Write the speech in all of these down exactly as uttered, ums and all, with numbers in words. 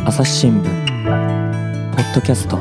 朝日新聞ポッドキャスト。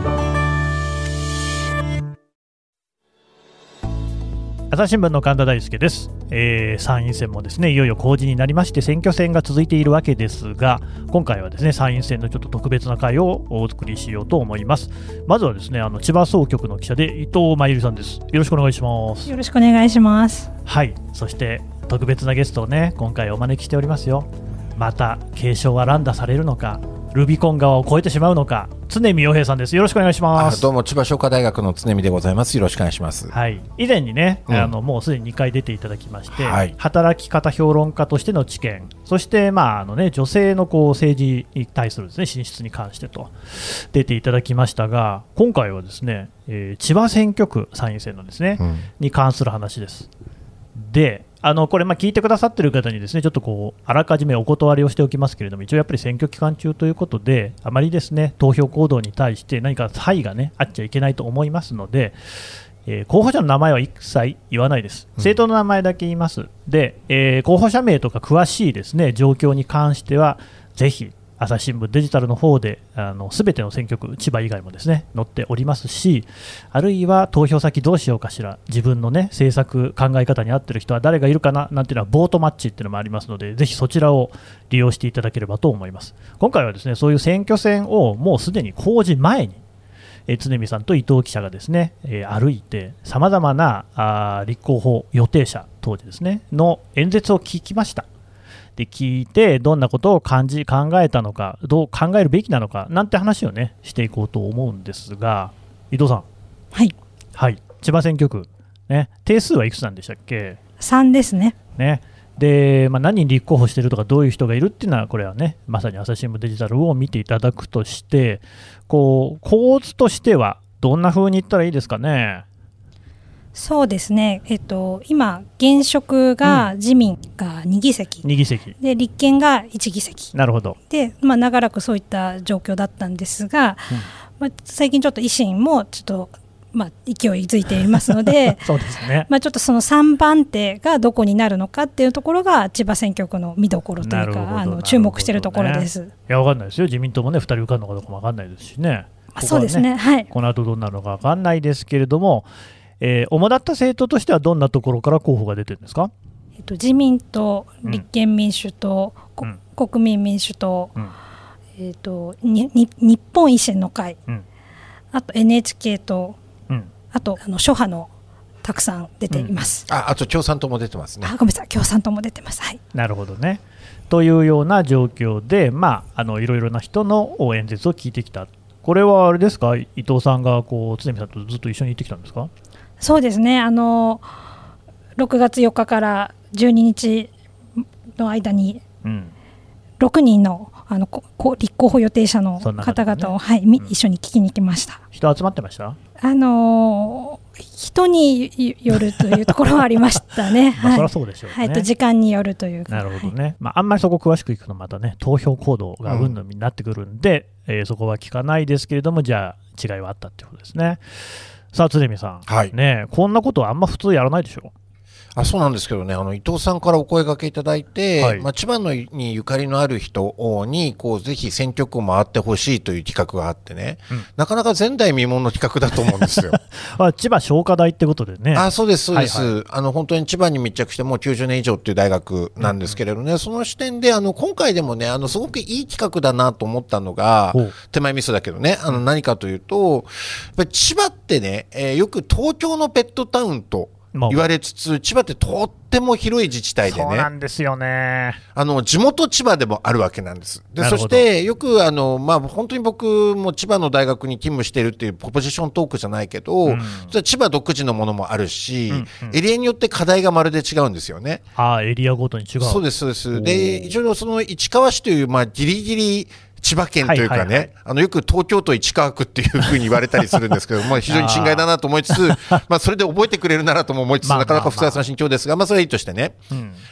朝日新聞の神田大輔です、えー、参院選もですねいよいよ公示になりまして選挙戦が続いているわけですが、今回はですね参院選のちょっと特別な回をお作りしようと思います。まずはですねあの千葉総局の記者で伊藤真由里さんです。よろしくお願いします。 よろしくお願いします。 はい、そして特別なゲストをね今回お招きしておりますよ。また継承は乱打されるのか、ルビコン側を越えてしまうのか、常見洋平さんです。よろしくお願いします。 どうも千葉商科大学の常見でございます。よろしくお願いします。 はい、以前にね、うん、あのもうすでににかい出ていただきまして、はい、働き方評論家としての知見、そして、まああのね、女性のこう政治に対するです、ね、進出に関してと出ていただきましたが、今回はですね、えー、千葉選挙区参院選のですね、うん、に関する話です。であのこれまあ聞いてくださっている方にですねちょっとこうあらかじめお断りをしておきますけれども、一応やっぱり選挙期間中ということであまりですね投票行動に対して何か差異がねあっちゃいけないと思いますので、えー、候補者の名前は一切言わないです。政党の名前だけ言います。うん、で、えー、候補者名とか詳しいですね状況に関してはぜひ朝日新聞デジタルの方であの全ての選挙区、千葉以外もですね載っておりますし、あるいは投票先どうしようかしら、自分のね政策考え方に合ってる人は誰がいるかななんていうのはボートマッチっていうのもありますので、ぜひそちらを利用していただければと思います。今回はですねそういう選挙戦をもうすでに公示前にえ常見さんと伊藤記者がですね、えー、歩いてさまざまなあ立候補予定者当時ですねの演説を聞きました。で聞いてどんなことを感じ考えたのか、どう考えるべきなのかなんて話をねしていこうと思うんですが、伊藤さん。 はい、 はい、千葉選挙区、ね、定数はいくつなんでしたっけ？ さんですね。 ねで、まあ、何人立候補しているとかどういう人がいるっていうのはこれはねまさに朝日新聞デジタルを見ていただくとして、こう構図としてはどんな風に言ったらいいですかね？ そうですね、えっと、今、現職が自民がにぎせき、 にぎせきで立憲がいちぎせき、 なるほど。 で、まあ、長らくそういった状況だったんですが、うんまあ、最近ちょっと維新もちょっと、まあ、勢いづいていますのでそうですね、 まあ、ちょっとそのさんばん手がどこになるのかっていうところが千葉選挙区の見どころというか、あの注目しているところです。 いや分かんないですよ、自民党もねふたり受かるのかどうかも分かんないですしね。 ここはね、そうですね、はい、 この後どうなるのか分かんないですけれども、えー、主だった政党としてはどんなところから候補が出てるんですか？ えっと、自民党、立憲民主党、うん、国民民主党、うんえっと、にに日本維新の会、うん、あと エヌエイチケー 党、うん、あとあの諸派のたくさん出ています。 うん、あ, あと共産党も出てますね。 あごめんなさい、共産党も出てます。はい、 なるほどね。というような状況で、まあ、あのいろいろな人の演説を聞いてきた。これはあれですか、伊藤さんがこう常見さんとずっと一緒に行ってきたんですか？ そうですね、あのろくがつよっかからじゅうににちの間にろくにんの、あのこ立候補予定者の方々を、ねはいうん、一緒に聞きに来ました。 人集まってました？ あの人によるというところはありましたね。 まあそりゃそうでしょうね。 はい、と時間によるというか。 なるほどね。はいまあ、あんまりそこ詳しくいくとまたね投票行動がうんぬんになってくるんで、うんえー、そこは聞かないですけれども、じゃあ違いはあったっていうことですね。さあ常見さん、はいね、こんなことはあんま普通やらないでしょ？ あそうなんですけどね、あの伊藤さんからお声掛けいただいて、はいまあ、千葉のにゆかりのある人にこうぜひ選挙区を回ってほしいという企画があってね、うん、なかなか前代未聞の企画だと思うんですよ。 あ千葉商科大ってことでね。 あそうですそうです、はいはい、あの本当に千葉に密着してもうきゅうじゅうねん以上っていう大学なんですけれどね、うん、その視点であの今回でもねあのすごくいい企画だなと思ったのが、手前味噌だけどね、あの何かというとやっぱり千葉ってね、えー、よく東京のペットタウンと言われつつ、千葉ってとっても広い自治体でね、 そうなんですよね。 あの地元千葉でもあるわけなんです。でそしてよくあの、まあ、本当に僕も千葉の大学に勤務しているっていうポジショントークじゃないけど、うん、千葉独自のものもあるし、うんうん、エリアによって課題がまるで違うんですよね。 あエリアごとに違う。 そうですそうです。で一応その市川市という、まあ、ギリギリ千葉県というかね、はいはいはい、あのよく東京都市川区っていうふうに言われたりするんですけどまあ非常に心外だなと思いつつまあそれで覚えてくれるならとも思いつつ、まあ、なかなか複雑な心境ですが、まあ、それはいいとしてね、うん、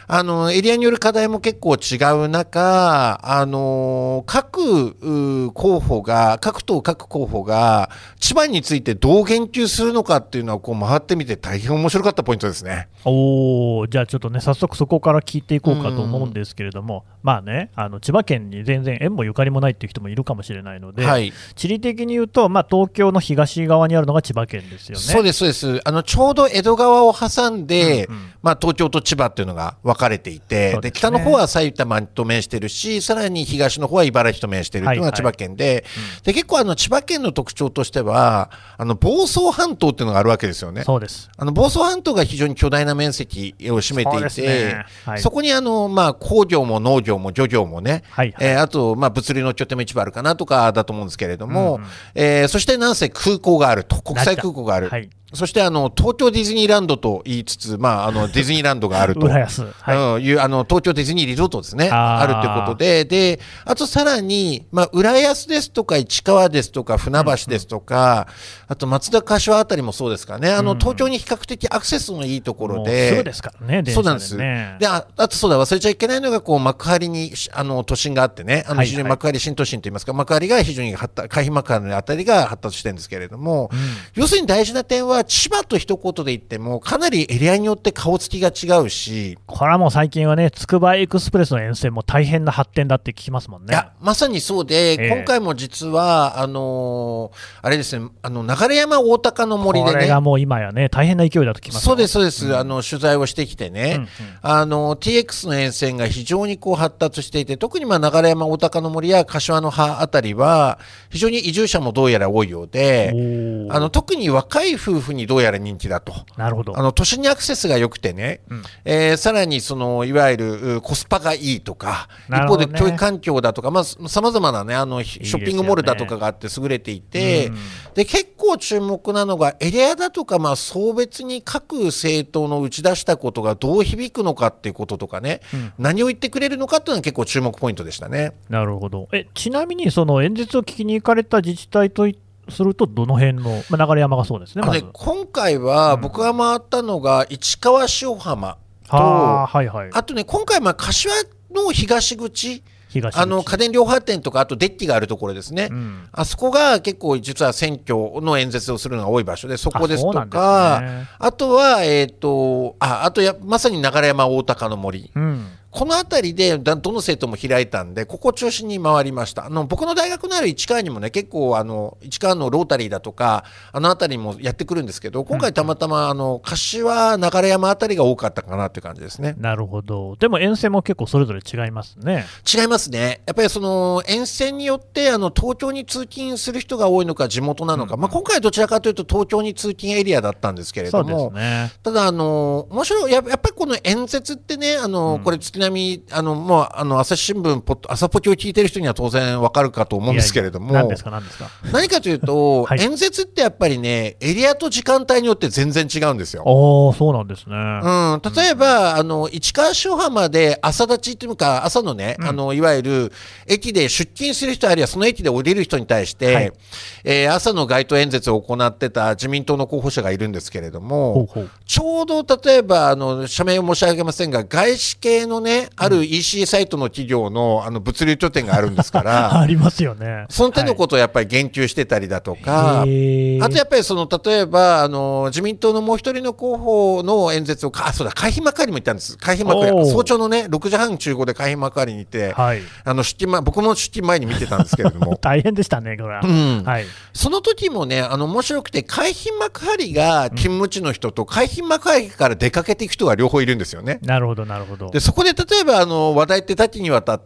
あのエリアによる課題も結構違う中、あの各候補が各党各候補が千葉についてどう言及するのかっていうのはこう回ってみて大変面白かったポイントですね。 おー、じゃあちょっとね早速そこから聞いていこうかと思うんですけれども、まあね、あの千葉県に全然縁もゆかりもないっていう人もいるかもしれないので、はい、地理的に言うと、まあ、東京の東側にあるのが千葉県ですよね。 そうですそうです。あのちょうど江戸川を挟んで、うんうん、まあ、東京と千葉っていうのが分かれていて、で、ね、で北の方は埼玉と面してるし、さらに東の方は茨城と面してるっていうのが千葉県で、はいはい、うん、で結構あの千葉県の特徴としてはあの房総半島っていうのがあるわけですよね。 そうです。 あの房総半島が非常に巨大な面積を占めていて、 そ,、ね、はい、そこにあの、まあ、工業も農業も漁業もね、はいはい、えー、あと、まあ、物流の拠点も一部あるかなとかだと思うんですけれども、うんうん、えー、そしてなんせ空港があると、国際空港がある、はい、そしてあの東京ディズニーランドと言いつつ、まあ、あのディズニーランドがあると、はい、うん、いうあの東京ディズニーリゾートですね、あ, あるということで、であとさらに、まあ、浦安ですとか市川ですとか船橋ですとか、うんうん、あと松田柏あたりもそうですかね、あの東京に比較的アクセスのいいところで、 すぐですからね、電車でね。そうなんです。 で あ, あとそうだ、忘れちゃいけないのがこう幕張にあの都心があってね、あの非常に幕張新都心といいますか、幕張が非常に発達、海浜幕張のあたりが発達してるんですけれども、うん、要するに大事な点は千葉と一言で言ってもかなりエリアによって顔つきが違うし、 これはもう最近はね、つくばエクスプレスの沿線も大変な発展だって聞きますもんね。 いやまさにそうで、えー、今回も実はあのー、あれですね、あの流山大高の森でね、 これがもう今やね大変な勢いだと聞きますよ。 そうですそうです、うん、あの取材をしてきてね、うんうん、あの ティーエックス の沿線が非常にこう発達していて、特にまあ流山大高の森や柏の葉あたりは非常に移住者もどうやら多いようで、あの特に若い夫婦にどうやら人気だと。 なるほど。 あの都心にアクセスが良くてね、うん、えー、さらにそのいわゆるコスパがいいとか、ね、一方で教育環境だとか、まあ、様々なね、あのショッピングモールだとかがあって優れていて、いいですよね。うん、で結構注目なのがエリアだとか、まあ、層別に各政党の打ち出したことがどう響くのかっていうこととかね、うん、何を言ってくれるのかっていうのは結構注目ポイントでしたね。 なるほど。えちなみにその演説を聞きに行かれた自治体といするとどの辺の、まあ、流山がそうですね、まず今回は僕が回ったのが市川塩浜と、うん、あ、はいはい、あとね今回は柏の東口、あの家電量販店とかあとデッキがあるところですね、うん、あそこが結構実は選挙の演説をするのが多い場所で、そこですとか、 あ, ね、あとは、えー、と あ, あとやまさに流山大高の森、うん、この辺りでどの政党も開いたんで、ここを中心に回りました。あの僕の大学のある市川にもね、結構あの市川のロータリーだとかあの辺りもやってくるんですけど、今回たまたまあの柏流山あたりが多かったかなという感じですね。 なるほど。でも沿線も結構それぞれ違いますね。 違いますね。やっぱりその沿線によってあの東京に通勤する人が多いのか地元なのか、うん、まあ、今回はどちらかというと東京に通勤エリアだったんですけれども、そうですね、ただあの面白い や, やっぱりこの演説ってね、あの、うん、これ月並みあのもうあの朝日新聞ポッ朝ポキを聞いてる人には当然わかるかと思うんですけれども、 何ですか何ですか。 何かというと、はい、演説ってやっぱりねエリアと時間帯によって全然違うんですよ。 おー、そうなんですね。 うん、例えば、うん、あの市川塩浜で朝立ちというか朝のね、うん、あのいわゆる駅で出勤する人あるいはその駅で降りる人に対して、はい、えー、朝の街頭演説を行ってた自民党の候補者がいるんですけれども、ほうほう、ちょうど例えばあの社名を申し上げませんが外資系のねある イーシー サイトの企業の、あの物流拠点があるんですからありますよね。 その手のことをやっぱり言及してたりだとか、はい、あとやっぱりその例えばあの自民党のもう一人の候補の演説をあそうだ海浜幕張も行ったんです。海浜幕張早朝のねろくじはん集合で海浜幕張に行って、はい、あの出勤前僕も出勤前に見てたんですけれども大変でしたねこれは、うん、はい、 その時もねあの面白くて海浜幕張が勤務地の人と、うん、海浜幕張から出かけていく人が両方いるんですよね。 なるほどなるほど。 でそこで例えばあの話題って多岐にわたって、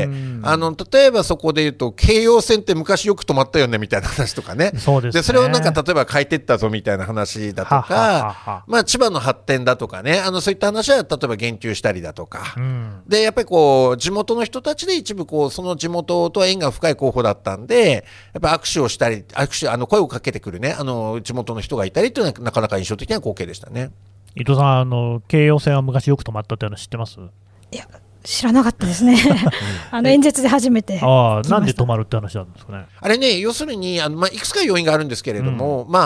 あの例えばそこで言うと京葉線って昔よく止まったよねみたいな話とかね。 そうですね。 でそれをなんか例えば変えてったぞみたいな話だとか、はははまあ、千葉の発展だとかね、あのそういった話は例えば言及したりだとか、うん、でやっぱりこう地元の人たちで一部こうその地元とは縁が深い候補だったんでやっぱ握手をしたり握手あの声をかけてくるねあの地元の人がいたりというのはなかなか印象的な光景でしたね。 伊藤さん、あの京葉線は昔よく止まったっていうの知ってます？ いや知らなかったですねあの演説で初めてあなんで止まるって話なんですかね。 あれね要するにあの、まあ、いくつか要因があるんですけれども、うん、まあ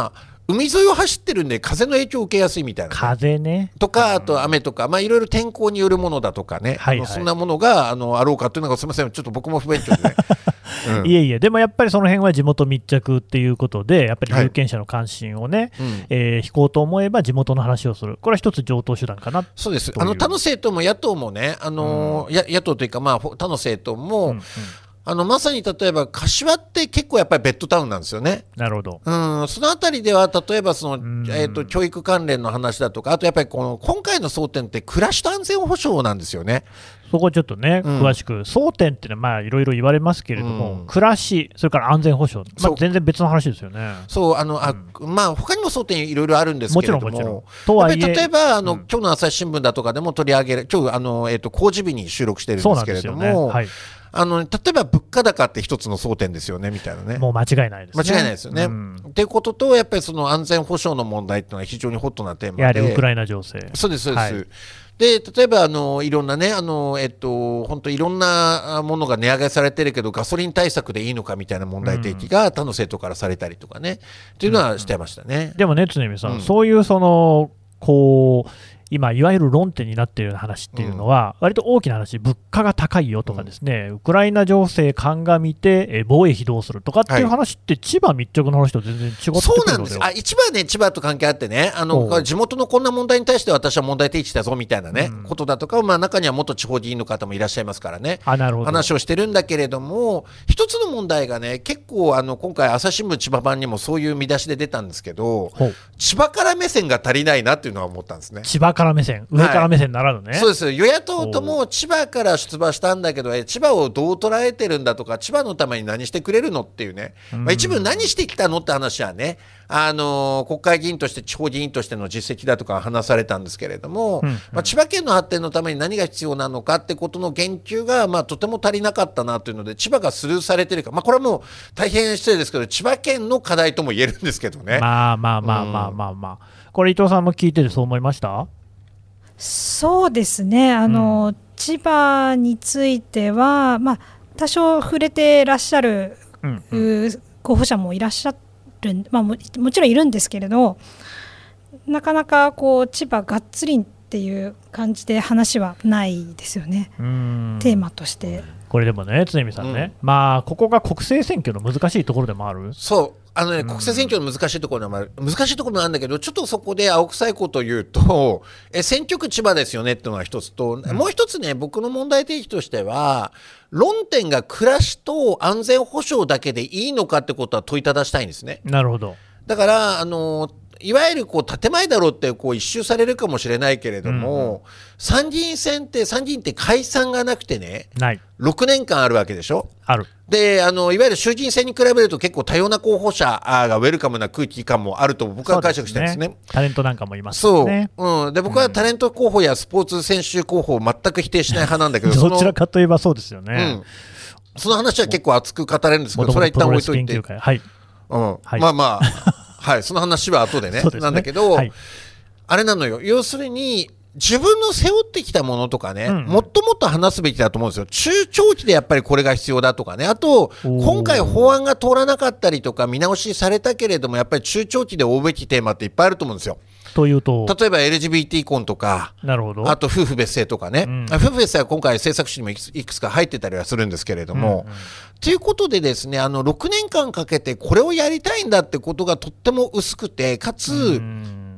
海沿いを走ってるんで風の影響を受けやすいみたいな、ね、 風ねとかあと雨とか、まあ、いろいろ天候によるものだとかね、はいはい、そんなものがあのあろうかというのがすみませんちょっと僕も不勉強でね、 うん、いえいえでもやっぱりその辺は地元密着っていうことでやっぱり有権者の関心をね、はいえー、引こうと思えば地元の話をするこれは一つ常套手段かな。 そうですあの他の政党も野党もねあの、うん、や野党というか、まあ、他の政党も、うんうんあのまさに例えば柏って結構やっぱりベッドタウンなんですよね。 なるほど。 うん、そのあたりでは例えばその、えー、と教育関連の話だとかあとやっぱりこの今回の争点って暮らしと安全保障なんですよね。 そこちょっとね、うん、詳しく争点っていうのはまあいろいろ言われますけれども、うん、暮らしそれから安全保障、まあ、全然別の話ですよね。 そうあの、あ、うん、まあ他にも争点いろいろあるんですけれども、 もちろんもちろんとはいえやっぱり例えばあの、うん、今日の朝日新聞だとかでも取り上げる今日あの、えー、と公示日に収録してるんですけれども。そうなんですよね。はいあの例えば物価高って一つの争点ですよねみたいなね。 もう間違いないですね。 間違いないですよね。うん、っていうこととやっぱりその安全保障の問題っていうのは非常にホットなテーマで。 やはりウクライナ情勢。 そうですそうです。はい、で例えばあのいろんなねあのえっと本当いろんなものが値上げされてるけどガソリン対策でいいのかみたいな問題提起が他の政党からされたりとかね、うん、っていうのはしてましたね。 でもね常見さん、うん、そういうそのこう。今、いわゆる論点になっている話っていうのは、割と大きな話、物価が高いよとかですね、うん、ウクライナ情勢鑑みて、え防衛費どうするとかっていう話って、はい、千葉密着の話と全然違ってくるので。 そうなんですあ一番ね、千葉と関係あってねあの、地元のこんな問題に対して私は問題提起したぞみたいなね、うん、ことだとか、まあ、中には元地方議員の方もいらっしゃいますからね、 あなるほど話をしてるんだけれども、一つの問題がね、結構あの今回、朝日新聞千葉版にもそういう見出しで出たんですけど、千葉から目線が足りないなっていうのは思ったんですね。 千葉から目線、上から目線ならぬね、 はい、そうです与野党とも千葉から出馬したんだけど千葉をどう捉えてるんだとか千葉のために何してくれるのっていうね、まあ、一部何してきたのって話はね、あのー、国会議員として地方議員としての実績だとか話されたんですけれども、うんうんまあ、千葉県の発展のために何が必要なのかってことの言及が、まあ、とても足りなかったなというので千葉がスルーされてるか、まあ、これはもう大変失礼ですけど千葉県の課題とも言えるんですけどね。 まあまあまあまあまあまあ、うん、これ伊藤さんも聞いててそう思いました？ そうですねあの、うん、千葉については、まあ、多少触れてらっしゃる、うんうん、候補者もいらっしゃる、まあ、も, もちろんいるんですけれどなかなかこう千葉がっつりっていう感じで話はないですよね、うんテーマとして。 これでもね常見さんね、うん、まあここが国政選挙の難しいところでもある。 そうあのね、国政選挙の難しいところでもある、難しいところもあるんだけどちょっとそこで青臭いことを言うとえ選挙区千葉ですよねっていうのが一つと、うん、もう一つね僕の問題提起としては論点が暮らしと安全保障だけでいいのかってことは問いただしたいんですね。 なるほど。 だからあのいわゆるこう建前だろうってこう一周されるかもしれないけれども、うん、参議院選って参議院って解散がなくてねないろくねんかんあるわけでしょ。 あるであのいわゆる衆議院選に比べると結構多様な候補者がウェルカムな空気感もあると僕は解釈してるんですね。 タレントなんかもいますよね。 そう、うん、で僕はタレント候補やスポーツ選手候補を全く否定しない派なんだけどどちらかといえばそうですよね、 うん、その話は結構熱く語れるんですけどそれは一旦置いといて、 はいうんはい、まあまあはい、その話は後で ね, でねなんだけど、はい、あれなのよ要するに自分の背負ってきたものとかね、うん、もっともっと話すべきだと思うんですよ。中長期でやっぱりこれが必要だとかねあと今回法案が通らなかったりとか見直しされたけれどもやっぱり中長期で追うべきテーマっていっぱいあると思うんですよ。 というと例えば エルジービーティー 婚とかなるほどあと夫婦別姓とかね、うん、夫婦別姓は今回政策誌にもいくつか入ってたりはするんですけれども、うんうん、ということでですねあのろくねんかんかけてこれをやりたいんだってことがとっても薄くてかつ、うん、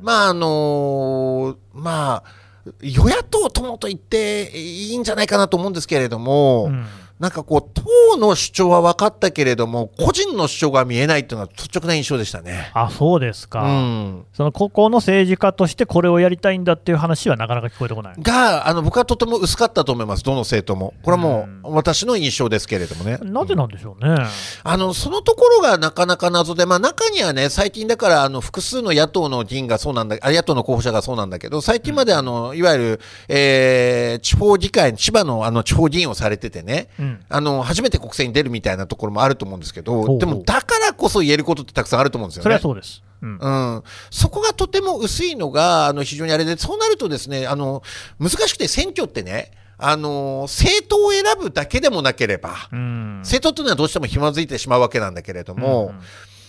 まああのー、まあ与野党ともと言っていいんじゃないかなと思うんですけれども、うんなんかこう党の主張は分かったけれども個人の主張が見えないというのは率直な印象でしたね。 あそうですか、 うん、 そのここの政治家としてこれをやりたいんだっていう話はなかなか聞こえてこないがあの僕はとても薄かったと思いますどの政党も。これはもう私の印象ですけれどもね。 なぜなんでしょうね、うん、 あのそのところがなかなか謎で、まあ、中にはね最近だからあの複数の野党の議員がそうなんだあ野党の候補者がそうなんだけど最近まであのいわゆる、えー、地方議会千葉のあの地方議員をされててね、うん、あの初めて国政に出るみたいなところもあると思うんですけどでもだからこそ言えることってたくさんあると思うんですよね。 それはそうです、 うんうん、そこがとても薄いのがあの非常にあれでそうなるとですねあの難しくて選挙ってねあの政党を選ぶだけでもなければ、うん、政党というのはどうしてもひまずいてしまうわけなんだけれども、うん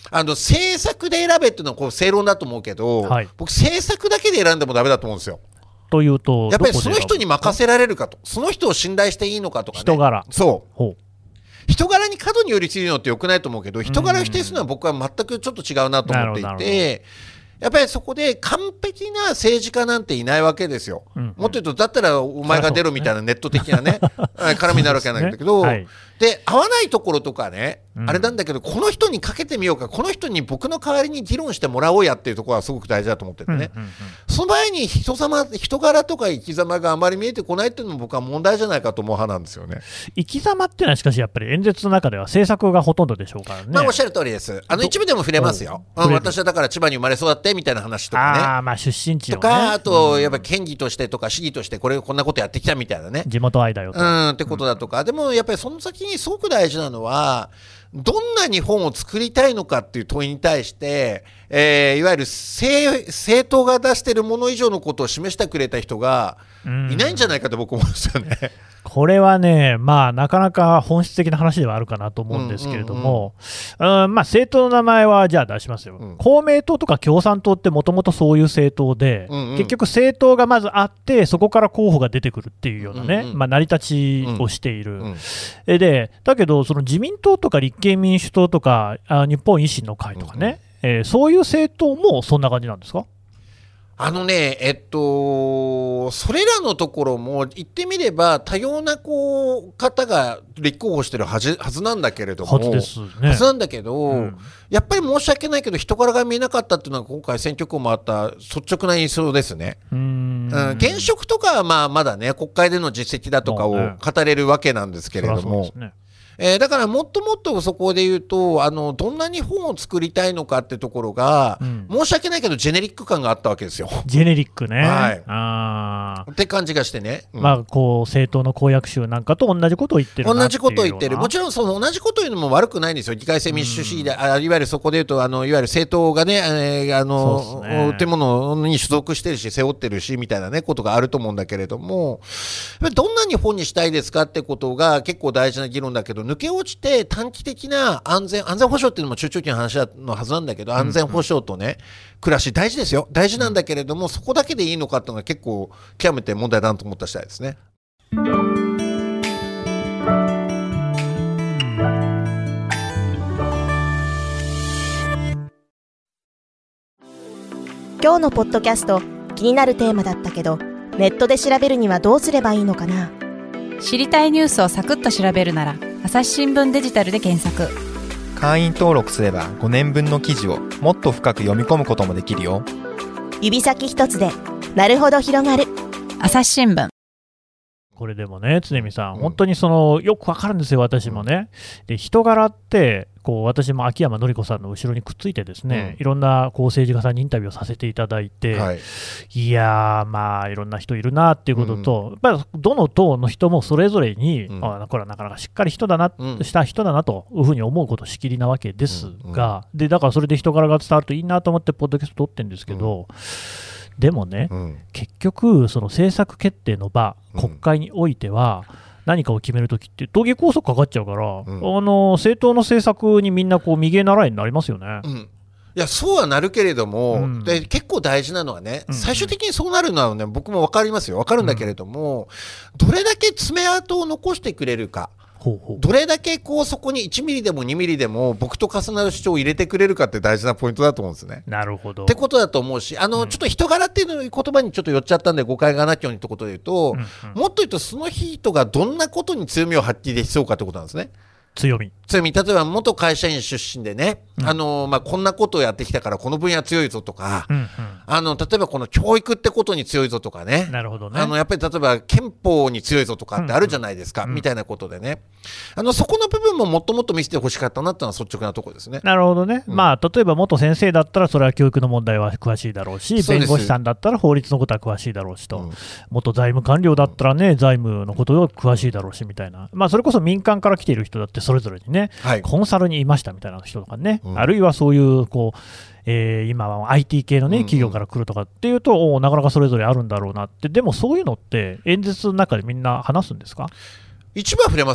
あの政策で選べっていうのはこう正論だと思うけど、はい、僕政策だけで選んでもダメだと思うんですよ。 というとやっぱりその人に任せられるかと、その人を信頼していいのかとかね。 人柄。 そうほう人柄に過度に寄りついるのって良くないと思うけど、人柄を否定するのは僕は全くちょっと違うなと思っていて、やっぱりそこで完璧な政治家なんていないわけですよ、うんうん、もっと言うとだったらお前が出ろみたいなネット的なね絡みになるわけなんだけど、で、ねはい、で合わないところとかね、うん、あれなんだけどこの人にかけてみようか、この人に僕の代わりに議論してもらおうやっていうところはすごく大事だと思っててね、うんうんうん、その前に人様人柄とか生き様があまり見えてこないっていうのも僕は問題じゃないかと思う派なんですよね。 生き様っていうのはしかしやっぱり演説の中では政策がほとんどでしょうからね。 まあ、おっしゃる通りです。あの一部でも触れますよ。私はだから千葉に生まれ育ってみたいな話とかね、 あまあ出身地を、ね、 とかあとやっぱ県議としてとか市議としてこれこんなことやってきたみたいなね、 地元愛だよと、 うん、ってことだとか、うん、でもやっぱりその先にすごく大事なのはどんな日本を作りたいのかっていう問いに対して、えー、いわゆる 政, 政党が出しているもの以上のことを示してくれた人がいないんじゃないかと僕思うんですよね。 これはね、まあ、なかなか本質的な話ではあるかなと思うんですけれども、うんうんうん、まあ、政党の名前はじゃあ出しますよ、うん、公明党とか共産党ってもともとそういう政党で、うんうん、結局政党がまずあってそこから候補が出てくるっていうようなね、うんうんまあ、成り立ちをしている、うんうん、でだけどその自民党とか立憲民主党とかあ日本維新の会とかね、うんうんえー、そういう政党もそんな感じなんですか？ あのね、えっと、それらのところも言ってみれば多様なこう方が立候補してるはず、はずなんだけれども、 はずですね。 はずなんだけど、うん、やっぱり申し訳ないけど人柄が見えなかったっていうのは今回選挙区もあった率直な印象ですね。うーん、うん、現職とかはまあまだね国会での実績だとかを語れるわけなんですけれども、えー、だからもっともっとそこで言うとあのどんな日本を作りたいのかってところが、うん、申し訳ないけどジェネリック感があったわけですよ。 ジェネリックね、 はい、 あって感じがしてね、 うんまあ、こう政党の公約集なんかと同じことを言ってるなっていうような。 同じことを言ってる。もちろんその同じことを言うのも悪くないんですよ。議会制民主主義で、うん、あいわゆるそこで言うとあのいわゆる政党がね、えー、あのねってものに所属してるし背負ってるしみたいなねことがあると思うんだけれども、どんな日本にしたいですかってことが結構大事な議論だけど、抜け落ちて短期的な安全安全保障っていうのも中長期の話のはずなんだけど、安全保障とね、うんうん、暮らし大事ですよ。大事なんだけれども、そこだけでいいのかっていうのが結構極めて問題だなと思った次第ですね。 今日のポッドキャスト気になるテーマだったけどネットで調べるにはどうすればいいのかな。 知りたいニュースをサクッと調べるなら朝日新聞デジタルで検索。 会員登録すればごねんぶんの記事をもっと深く読み込むこともできるよ。 指先一つでなるほど広がる朝日新聞。 これでもね常見さん、うん、本当にそのよくわかるんですよ私もね、うん、で人柄ってこう私も秋山紀子さんの後ろにくっついてですね、うん、いろんなこう政治家さんにインタビューをさせていただいて、はい、いやーまあいろんな人いるなっていうことと、うん、やっぱりどの党の人もそれぞれに、うん、あこれはなかなかしっかり人だな、うん、した人だなというふうに思うことしきりなわけですが、うんうん、でだからそれで人柄が伝わるといいなと思ってポッドキャスト撮ってるんですけど、うんでもね、うん、結局その政策決定の場、国会においては何かを決めるときって党議拘束かかっちゃうから、うん、あの政党の政策にみんなこう右へ習いになりますよね、うん、 いやそうはなるけれども、うん、で結構大事なのはね、うん、最終的にそうなるのはね僕も分かりますよ、分かるんだけれども、うん、どれだけ爪痕を残してくれるか、ほうほうどれだけこうそこにいちミリでもにミリでも僕と重なる主張を入れてくれるかって大事なポイントだと思うんですね。 なるほど。 ってことだと思うし、あの、うん、ちょっと人柄っていうの言葉にちょっと寄っちゃったんで誤解がなきようにってことで言うと、うんうん、もっと言うとその人がどんなことに強みを発揮できそうかってことなんですね。 強み強み、例えば元会社員出身でね、うんあのまあ、こんなことをやってきたからこの分野強いぞとか、うんうん、あの例えばこの教育ってことに強いぞとかね、 なるほどね、 あのやっぱり例えば憲法に強いぞとかってあるじゃないですか、うんうん、みたいなことでね、あのそこの部分ももっともっと見せてほしかったなっていうのは率直なところですね。 なるほどね、うんまあ、例えば元先生だったらそれは教育の問題は詳しいだろうし、弁護士さんだったら法律のことは詳しいだろうしと、うん、元財務官僚だったらね、うん、財務のことは詳しいだろうしみたいな、まあ、それこそ民間から来ている人だってそれぞれにね、はい、コンサルにいましたみたいな人とかね、うん、あるいはそういうこう、えー、今は アイティー 系の、ね、企業から来るとかっていうと、うんうん、おなかなかそれぞれあるんだろうなって。でもそういうのって演説の中でみんな話すんですか？ 一部は触れますよ。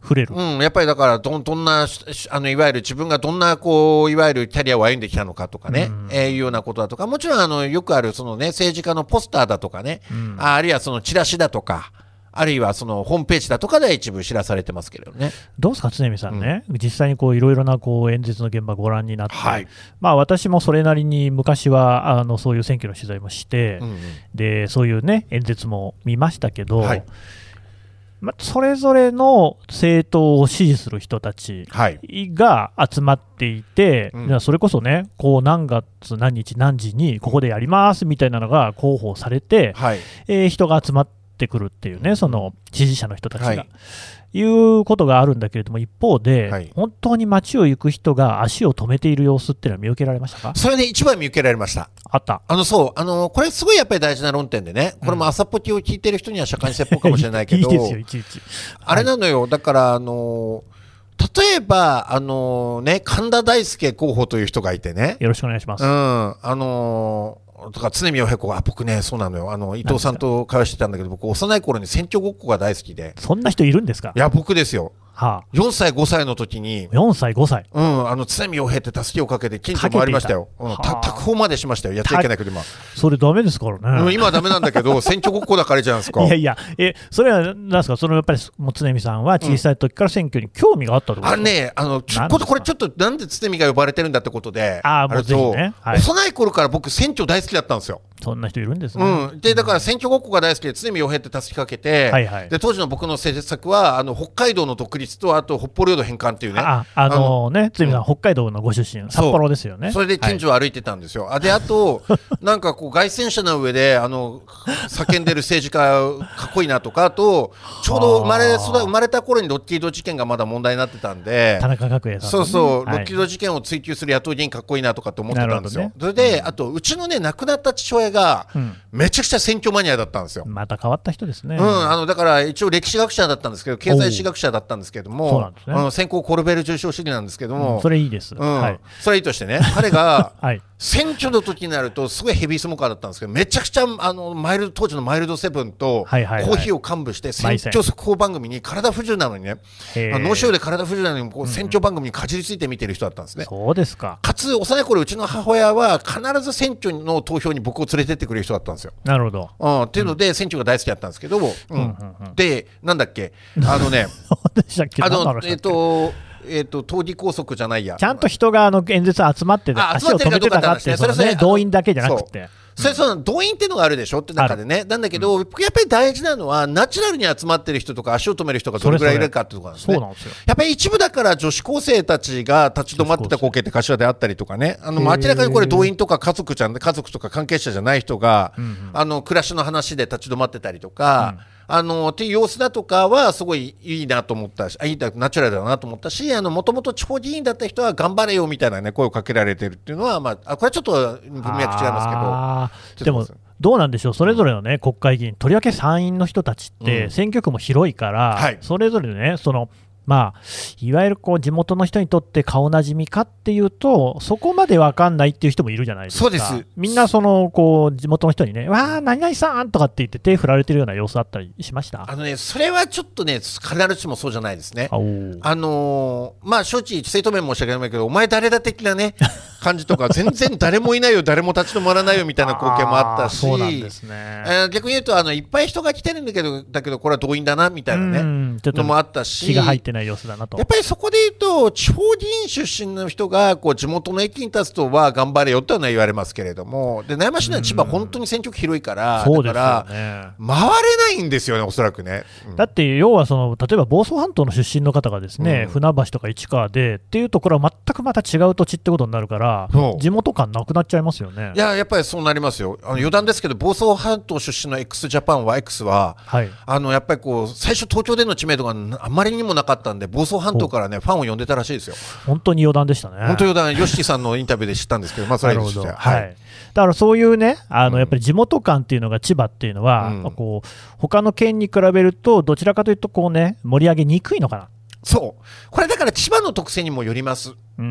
触れる、 うん、やっぱりだからど、どんなあのいわゆる自分がどんなこういわゆるキャリアを歩んできたのかとかね、うんえー、いうようなことだとか、もちろんあのよくあるその、ね、政治家のポスターだとかね、うん、あ, あるいはそのチラシだとか、あるいはそのホームページだとかで一部知らされてますけれどね。 どうですか、常見さんね、うん、実際にこういろいろなこう演説の現場ご覧になって、はいまあ、私もそれなりに昔はあのそういう選挙の取材もして、うんうん、でそういう、ね、演説も見ましたけど、はいまあ、それぞれの政党を支持する人たちが集まっていて、はいうん、それこそね、こう何月何日何時にここでやりますみたいなのが広報されて、はいえー、人が集まってくるっていうね、その支持者の人たちが、はい、いうことがあるんだけれども、一方で、はい、本当に街を行く人が足を止めている様子っていうのは見受けられましたか？ それね、一番見受けられました。 あったあのそうあのこれすごいやっぱり大事な論点でね、これも朝っぽきを聞いてる人には社会に説法かもしれないけどいいですよいちいち、 あれなのよ、はい、だからあの例えばあの、ね、神田大輔候補という人がいてね、 よろしくお願いします。 うんあのとか常見洋平子が、あ僕ねそうなのよ、あの伊藤さんと会話してたんだけど、僕幼い頃に選挙ごっこが大好きで。 そんな人いるんですか？ いや僕ですよ、はあ、よんさいごさいの時によんさいごさい、 うん、あの常見洋平ってたすきをかけて近所回りましたよ、うん、た拓放までしましたよ、やっちゃいけないけど今それダメですからね、 うん、今はダメなんだけど選挙ごっこだからじゃないですか。 いやいやえそれはなんですか、そのやっぱりもう常見さんは小さい時から選挙に興味があったところですか？ あねあのちょこれちょっとなんで常見が呼ばれてるんだってことで、 あもうぜひね、 はい、幼い頃から僕選挙大好きだったんですよ。 そんな人いるんですね、 うん、でだから選挙ごっこが大好きで常見洋平ってたすきかけて、はいはい、で当時の僕の政策はあの北海道の独立とあと北方領土返還っていうね、 ああのね常見さん、うん、北海道のご出身札幌ですよね。 それで近所を歩いてたんですよ、はい、あであとなんかこう街宣車の上であの叫んでる政治家かっこいいなとか、あとちょうど生まれ生まれた頃にロッキード事件がまだ問題になってたんで、 田中角栄さん、ね、 そうそう、 はい、 ロッキード事件を追及する野党議員かっこいいなとかって思ってたんですよ、ね、それであとうちのね亡くなった父親が、うんめちゃくちゃ選挙マニアだったんですよ。 また変わった人ですね、 うん、あのだから一応歴史学者だったんですけど、経済史学者だったんですけども、そうなんですね、あの先行コルベル重賞主義なんですけども、 うん、それいいです、 うんはい、 それいいとしてね、彼が、はい選挙の時になるとすごいヘビースモーカーだったんですけど、めちゃくちゃあのマイルド当時のマイルドセブンとコーヒーを幹部して選挙速報番組に体不自由なのにね、脳腫瘍で体不自由なのにこう選挙番組にかじりついて見てる人だったんですね、 うん、そうですか。 かつ幼い頃うちの母親は必ず選挙の投票に僕を連れてってくれる人だったんですよ。 なるほど、 うん、っていうので、うん、選挙が大好きだったんですけど、うんうんうんうん、でなんだっけあのねあのえっとえー、と党議拘束じゃないや、 ちゃんと人があの演説集まって足を止めてたかっていう、それそれ動員だけじゃなくて、 それその動員っていうのがあるでしょって中でね、なんだけど、うん、やっぱり大事なのはナチュラルに集まってる人とか足を止める人がどれぐらいいるかっていうところなんですね。 そうなんですよ。 やっぱり一部だから女子高生たちが立ち止まってた光景って柏であったりとかね、あの明らかにこれ動員とか家族じゃん家族とか関係者じゃない人が、うんうん、あの暮らしの話で立ち止まってたりとか、うんあのっていう様子だとかはすごいいいなと思ったし、いいナチュラルだなと思ったし、もともと地方議員だった人は頑張れよみたいな、ね、声をかけられてるっていうのは、まあ、これはちょっと文脈違いますけど、 でもどうなんでしょう、それぞれの、ね、国会議員、とりわけ参院の人たちって、選挙区も広いから、うんはい、それぞれね、そのまあ、いわゆるこう地元の人にとって顔なじみかっていうと、そこまで分かんないっていう人もいるじゃないですか。 そうです。 みんなそのこう地元の人にね、わあ、何々さんとかって言って手振られてるような様子あったりしました？ あのね、それはちょっとね、必ずしもそうじゃないですね。あのー、まあ、正直、正当面申し訳ないけど、お前誰だ的なね、感じとか、全然誰もいないよ、誰も立ち止まらないよみたいな光景もあったし、 そうなんですね、 えー、逆に言うとあの、いっぱい人が来てるんだけど、だけどこれは動員だなみたいなね、のもあったし、 気が入ってない様子だなと。 やっぱりそこで言うと、地方議員出身の人がこう地元の駅に立つとは頑張れよってのは言われますけれども、で悩ましいのは千葉、本当に選挙区広いから、だから回れないんですよね、おそらくね。 うん、だって要はその、例えば房総半島の出身の方がですね、うん、船橋とか市川でっていうと、これは全くまた違う土地ってことになるから、地元感なくなっちゃいますよね。 いや、やっぱりそうなりますよ。あの余談ですけど、房総半島出身の X ジャパンは X は、はい、あのやっぱりこう最初東京での知名度があまりにもなかったんで、房総半島からねファンを呼んでたらしいですよ。 本当に余談でしたね。 本当に余談、ヨシキさんのインタビューで知ったんですけど、まあそれはいいですね。 はい。だからそういうね、あのやっぱり地元感っていうのが千葉っていうのは、うん、こう他の県に比べるとどちらかというとこうね、盛り上げにくいのかな。 そう、これだから千葉の特性にもよります。うん、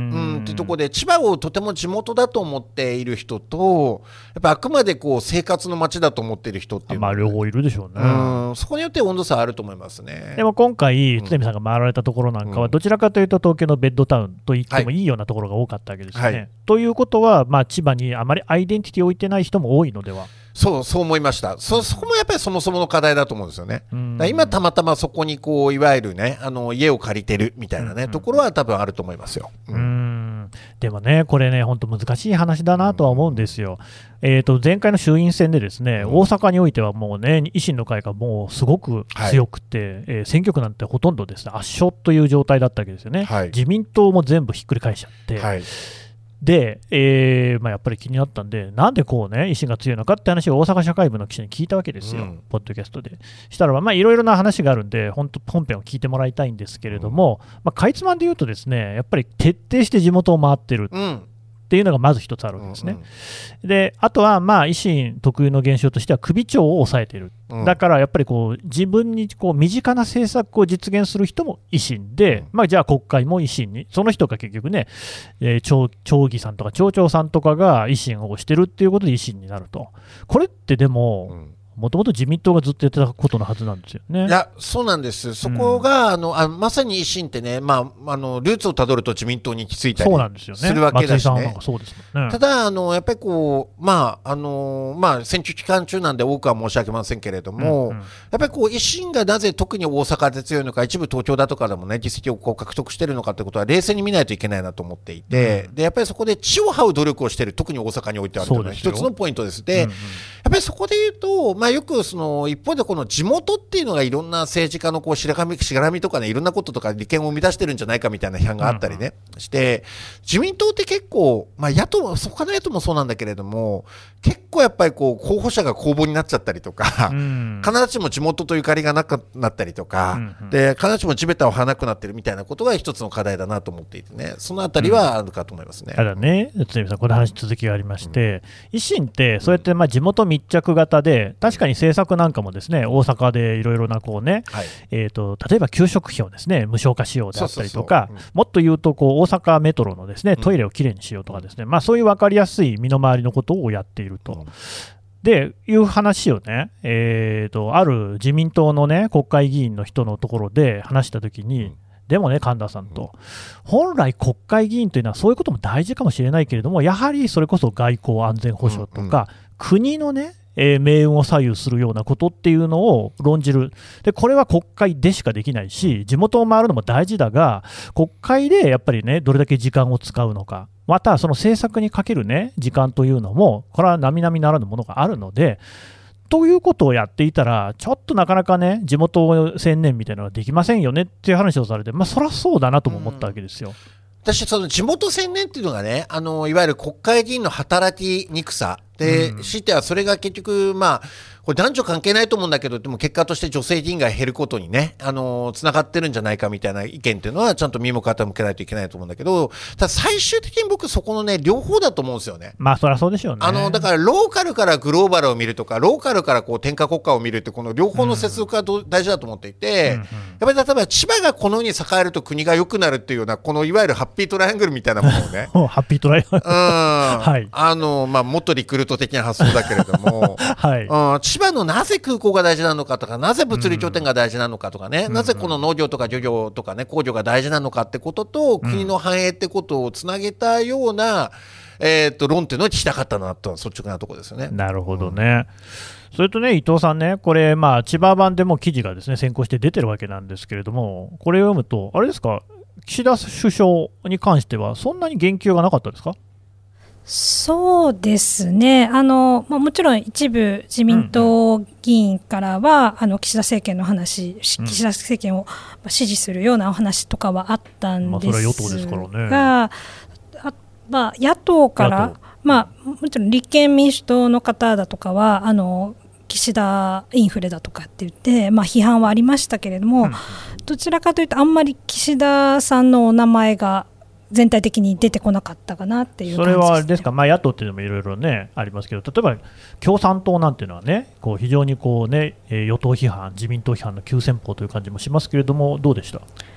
っていうところで、千葉をとても地元だと思っている人と、やっぱあくまでこう生活の街だと思っている人っていうのは、 まあ、両方いるでしょうね。 うん、そこによって温度差あると思いますね。 でも今回、常見さんが回られたところなんかは、どちらかというと東京のベッドタウンと言ってもいいようなところが多かったわけですよね。はい、ということは、まあ、千葉にあまりアイデンティティを置いてない人も多いのでは。 そうそう思いました。そ、そこもやっぱりそもそもの課題だと思うんですよね。だ今たまたまそこにこういわゆるね、あの家を借りてるみたいなね、ところは多分あると思いますよ。うん、 うんでもね、これね、本当難しい話だなとは思うんですよ。えーと前回の衆院選でですね、大阪においてはもうね、維新の会がもうすごく強くて、はい、えー、選挙区なんてほとんどですね圧勝という状態だったわけですよね。はい、自民党も全部ひっくり返しちゃって。はい、で、えーまあ、やっぱり気になったんで、なんでこうね、維新が強いのかって話を大阪社会部の記者に聞いたわけですよ、うん、ポッドキャストで。したらば、まあ、いろいろな話があるんで、本当、本編を聞いてもらいたいんですけれども、うん、まあ、かいつまんで言うとですね、やっぱり徹底して地元を回ってる。うん、っていうのがまず一つあるわけですね。うんうん、であとはまあ維新特有の現象としては首長を抑えている、うん、だからやっぱりこう自分にこう身近な政策を実現する人も維新で、うん、まあ、じゃあ国会も維新に、その人が結局ね、えー、町, 町議さんとか町長さんとかが維新をしてるっていうことで維新になると。これってでも、うん、もともと自民党がずっとやってたことのはずなんですよね。 いや、そうなんです。そこが、うん、あのあまさに維新ってね、まあ、あのルーツをたどると自民党に行き着いたりするわけだしね。ただあのやっぱりこう、まああのまあ、選挙期間中なんで多くは申し上げませんけれども、うんうん、やっぱりこう維新がなぜ特に大阪で強いのか、一部東京だとかでもね実績をこう獲得しているのかということは冷静に見ないといけないなと思っていて、うん、でやっぱりそこで地を這う努力をしている、特に大阪においてあるというのは一つのポイントです。で、うんうん、やっぱりそこで言うと、まあ、よくその一方でこの地元っていうのがいろんな政治家のこうしらみしがらみとかね、いろんなこととか利権を生み出してるんじゃないかみたいな批判があったりね、うんうん、して自民党って結構、まあ、野党他の野党もそうなんだけれども結構やっぱりこう候補者が公募になっちゃったりとか、うん、必ずしも地元とゆかりがなくなったりとか、うんうん、で必ずしも地べたを張らなくなってるみたいなことが一つの課題だなと思っていてね、そのあたりはあるかと思いますね。 うん、ただね、常見さんこの話続きがありまして、うん、維新ってそうやってまあ地元密着型で確かに政策なんかもですね、大阪でいろいろなこうね、はい、えーと例えば給食費をですね無償化しようであったりとか、もっと言うとこう大阪メトロのですねトイレをきれいにしようとかですね、うん、まあ、そういう分かりやすい身の回りのことをやっていると、うん、でいう話をね、えーとある自民党のね国会議員の人のところで話したときに、うん、でもね神田さんと、うん、本来国会議員というのはそういうことも大事かもしれないけれども、やはりそれこそ外交安全保障とか、うんうん、国のねえー、命運を左右するようなことっていうのを論じる。でこれは国会でしかできないし、地元を回るのも大事だが、国会でやっぱりねどれだけ時間を使うのか、またその政策にかけるね時間というのもこれは並々ならぬものがあるので、ということをやっていたらちょっとなかなかね地元専念みたいなのができませんよねっていう話をされて、まあそりゃそうだなとも思ったわけですよ。うん、 私その地元専念っていうのがね、あのいわゆる国会議員の働きにくさで、うん、強いてはそれが結局まあこれ男女関係ないと思うんだけど、でも結果として女性議員が減ることにね、あのつながってるんじゃないかみたいな意見っていうのはちゃんと耳も傾けないといけないと思うんだけど、ただ最終的に僕そこのね両方だと思うんですよね。 まあそりゃそうでしょうね。 あのだからローカルからグローバルを見るとか、ローカルからこう天下国家を見るって、この両方の接続がど、うん、大事だと思っていて、うんうん、やっぱり例えば千葉がこのように栄えると国が良くなるっていうような、このいわゆるハッピートライアングルみたいなものをねハッピートライアングル、うん、 はい、あのまあもっとリクルート的な発想だけれども、はい、うん、千葉のなぜ空港が大事なのかとか、なぜ物流拠点が大事なのかとかね、うん、なぜこの農業とか漁業とかね工業が大事なのかってことと、うん、国の繁栄ってことをつなげたような、えー、と論っていうのを聞きたかったなとは率直なところですよね。 なるほどね。それとね伊藤さんね、これまあ千葉版でも記事がですね先行して出てるわけなんですけれども、これを読むとあれですか、岸田首相に関してはそんなに言及がなかったですか？ そうですね、あの、まあ、もちろん一部自民党議員からは、うんうん、あの岸田政権の話、岸田政権を支持するようなお話とかはあったんですが、まあ、それは与党ですからね。あ、まあ、野党から、まあ、もちろん立憲民主党の方だとかはあの岸田インフレだとかって言って、まあ、批判はありましたけれども、うん、どちらかというとあんまり岸田さんのお名前が全体的に出てこなかったかなっていう感じですね。 それはあれですか、まあ、野党っていうのもいろいろねありますけど、例えば共産党なんていうのはねこう非常にこうね与党批判、自民党批判の急先鋒という感じもしますけれども、どうでした？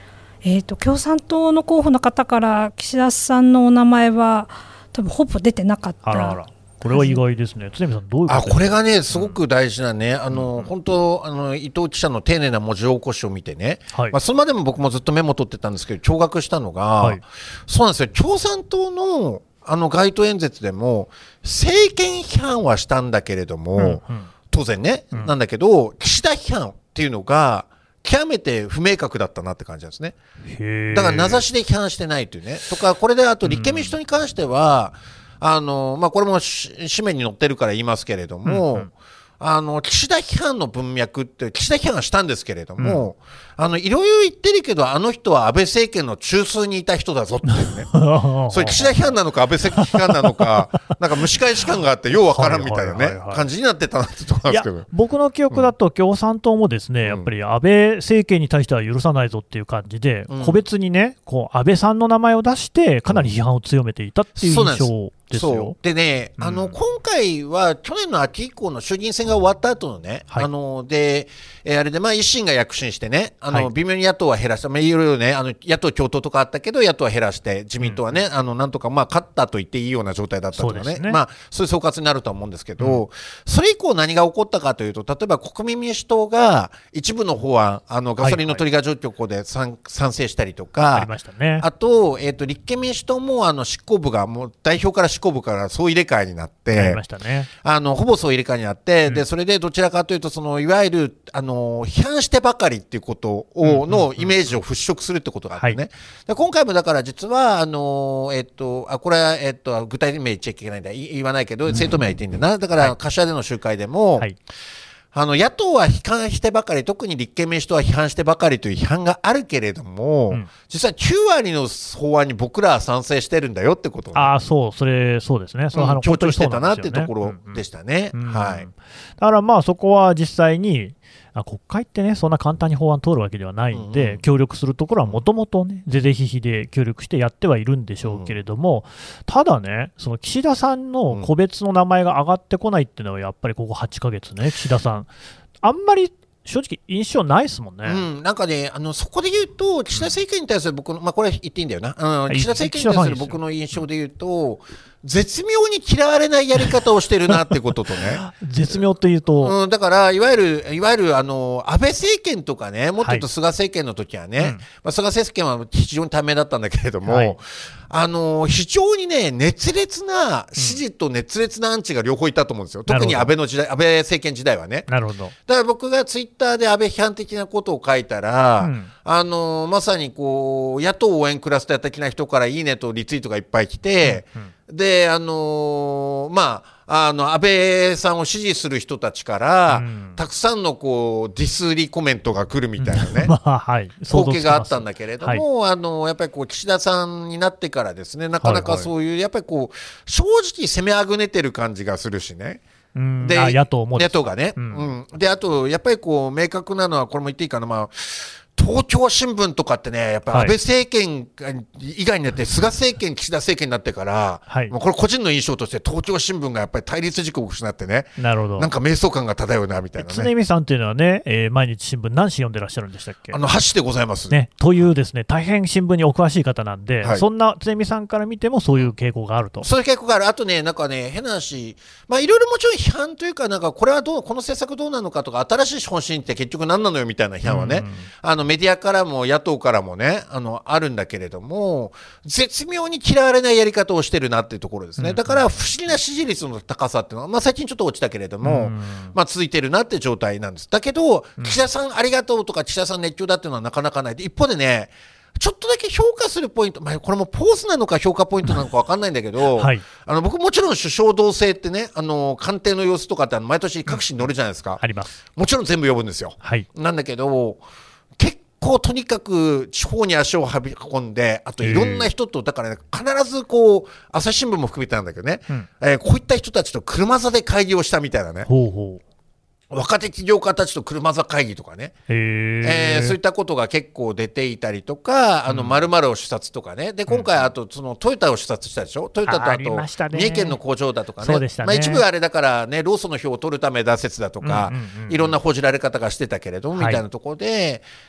えーと、共産党の候補の方から岸田さんのお名前は多分ほぼ出てなかった。 あらあら、これは意外ですね。常見さんどういうことですか？ あ、これがねすごく大事なね、うん、あの、うん、本当あの伊藤記者の丁寧な文字起こしを見てね、はい、まあ、それまでも僕もずっとメモ取ってたんですけど驚愕したのが、はい、そうなんですよ、共産党のあの街頭演説でも政権批判はしたんだけれども、うんうん、当然ね、うん、なんだけど岸田批判っていうのが極めて不明確だったなって感じなんですね。だから名指しで批判してないというね、とかこれであと立憲民主党に関しては、うん、あのまあ、これも紙面に載ってるから言いますけれども、うんうん、あの岸田批判の文脈って岸田批判はしたんですけれども、うん、あのいろいろ言ってるけどあの人は安倍政権の中枢にいた人だぞっていうねそれ岸田批判なのか安倍政権批判なのかなんか蒸し返し感があってようわからんみたいなね感じになってたなってところなんですけど、 僕の記憶だと共産党もですね、うん、やっぱり安倍政権に対しては許さないぞっていう感じで、うん、個別にねこう安倍さんの名前を出してかなり批判を強めていたっていう印象ですよ。 そうでね、うん、あの今回は去年の秋以降の衆議院選が終わった後のね、はい、あので、えー、あれでまあ維新が躍進してね、あの、はい、微妙に野党は減らした、まあ、いろいろねあの野党共闘とかあったけど野党は減らして自民党はね、うん、あのなんとかまあ勝ったと言っていいような状態だったとか ね, ね、まあ、そういう総括になるとは思うんですけど、うん、それ以降何が起こったかというと、例えば国民民主党が一部の法案あのガソリンのトリガー条項で賛、はいはい、賛成したりとか、 ありましたね。 あと、えー、と立憲民主党もあの執行部がもう代表から執行部から総入れ替えになって、 ありましたね、 あのほぼ総入れ替えになって、うん、でそれでどちらかというとそのいわゆるあの批判してばかりっていうことをのイメージを払拭するってことがあってね、うんうんうん、で今回もだから実はあの、えっと、あこれは、えっと、具体的名言っちゃいけないんだ言わないけど政党名は言っていいんだな。だから柏での集会でも、はい、あの野党は批判してばかり、特に立憲民主党は批判してばかりという批判があるけれども、うん、実はきゅうわりの法案に僕らは賛成してるんだよってことを、ね、 あそうそれそうですね、その、 うん、強調してたなっていうところでしたね、うんうん、はい、 だからまあそこは実際にあ国会ってねそんな簡単に法案通るわけではないんで、うんうん、協力するところはもともとね是々非々で協力してやってはいるんでしょうけれども、うん、ただねその岸田さんの個別の名前が上がってこないっていうのはやっぱりここはちかげつね岸田さんあんまり正直印象ないですもんね、 うん、なんかねあのそこで言うと岸田政権に対する僕の、まあ、これ言っていいんだよな、うん、岸田政権に対する僕の印象で言うと絶妙に嫌われないやり方をしてるなってこととね絶妙というと、 うん、だからいわゆるいわゆるあの安倍政権とかねもっと言うと菅政権の時はね、はい、まあ、菅政権は非常に短命だったんだけれども、はい、あの非常にね熱烈な支持と熱烈なアンチが両方いたと思うんですよ、うん、特に安倍の時代安倍政権時代はね。 なるほど。 だから僕がツイッターで安倍批判的なことを書いたら、うん、あのまさにこう野党応援クラスター的な人からいいねとリツイートがいっぱい来て、うんうん、であのー、まああの安倍さんを支持する人たちから、うん、たくさんのこうディスりコメントが来るみたいなね、まあはい、光景があったんだけれども、はい、あのやっぱりこう岸田さんになってからですねなかなかそういう、はいはい、やっぱりこう正直攻めあぐねてる感じがするしね。 で野党も野党がね、うんうん、であとやっぱりこう明確なのはこれも言っていいかな、まあ東京新聞とかってねやっぱり安倍政権以外になって菅政権岸田政権になってから、はい、もうこれ個人の印象として東京新聞がやっぱり対立軸を失ってね、 なるほど、 なんか迷走感が漂うなみたいなね。 常見さんというのはね、えー、毎日新聞何紙読んでらっしゃるんでしたっけ？ あのはちでございます、 ね、というですね大変新聞にお詳しい方なんで、はい、そんな常見さんから見てもそういう傾向があると。 そういう傾向がある。あとねなんかね変な話、まあいろいろもちろん批判というかなんかこれはどうこの政策どうなのかとか新しい方針って結局何なのよみたいな批判はね、うん、あのメディアからも野党からもねあのあるんだけれども絶妙に嫌われないやり方をしてるなっていうところですね、うん、だから不思議な支持率の高さっていうのは、まあ、最近ちょっと落ちたけれども、うん、まあ、続いてるなって状態なんです。だけど岸田さんありがとうとか岸田さん熱狂だっていうのはなかなかないで、一方でねちょっとだけ評価するポイント、まあ、これもポーズなのか評価ポイントなのか分かんないんだけど、はい、あの僕もちろん首相同棲ってねあの官邸の様子とかってあの毎年各紙に載るじゃないですか、うん、 あります。もちろん全部読むんですよ、 はい、 なんだけど結構とにかく地方に足を運んであといろんな人とだからね必ずこう朝日新聞も含めてなんだけどね、うんえー、こういった人たちと車座で会議をしたみたいなね。ほうほう若手起業家たちと車座会議とかね、えー、そういったことが結構出ていたりとかあの〇〇を視察とかね。で今回あとそのトヨタを視察したでしょ。トヨタとあと三重県の工場だとか ね, ね、まあ、一部あれだからね労組の票を取るため脱説だとか、うんうんうんうん、いろんな報じられ方がしてたけれども、はい、みたいなところで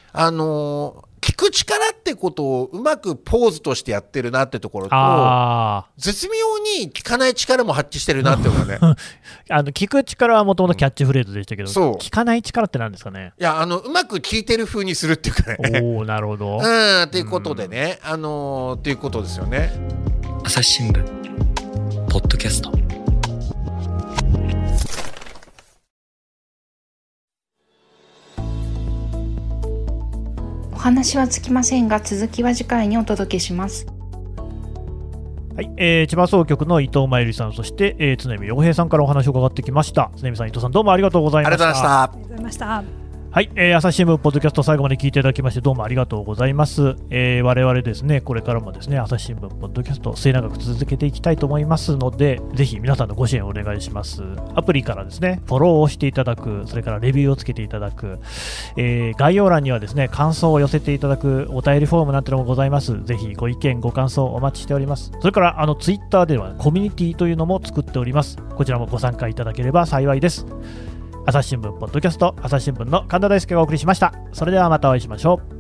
あのー聞く力ってことをうまくポーズとしてやってるなってところと、絶妙に聞かない力も発揮してるなっていうのがねあの聞く力はもともとキャッチフレーズでしたけど、うん、聞かない力って何ですかね。 いやあのうまく聞いてる風にするっていうかねおーなるほどうんっていうことでね、あのー、っていうことですよね。 朝日新聞ポッドキャスト。 お話はつきませんが、続きは次回にお届けします。 はい、えー、千葉総局の伊藤真由里さん、そして、えー、常見陽平さんからお話を伺ってきました。常見さん、伊藤さん、どうもありがとうございました。 ありがとうございました。 はい、えー、朝日新聞ポッドキャスト最後まで聞いていただきましてどうもありがとうございます。えー、我々ですね、これからもですね、朝日新聞ポッドキャスト末永く続けていきたいと思いますので、ぜひ皆さんのご支援をお願いします。アプリからですね、フォローをしていただく、それからレビューをつけていただく、えー、概要欄にはですね、感想を寄せていただくお便りフォームなんてのもございます。ぜひご意見ご感想お待ちしております。それからあのツイッターではコミュニティというのも作っております。こちらもご参加いただければ幸いです。朝日新聞ポッドキャスト、朝日新聞の神田大輔がお送りしました。それではまたお会いしましょう。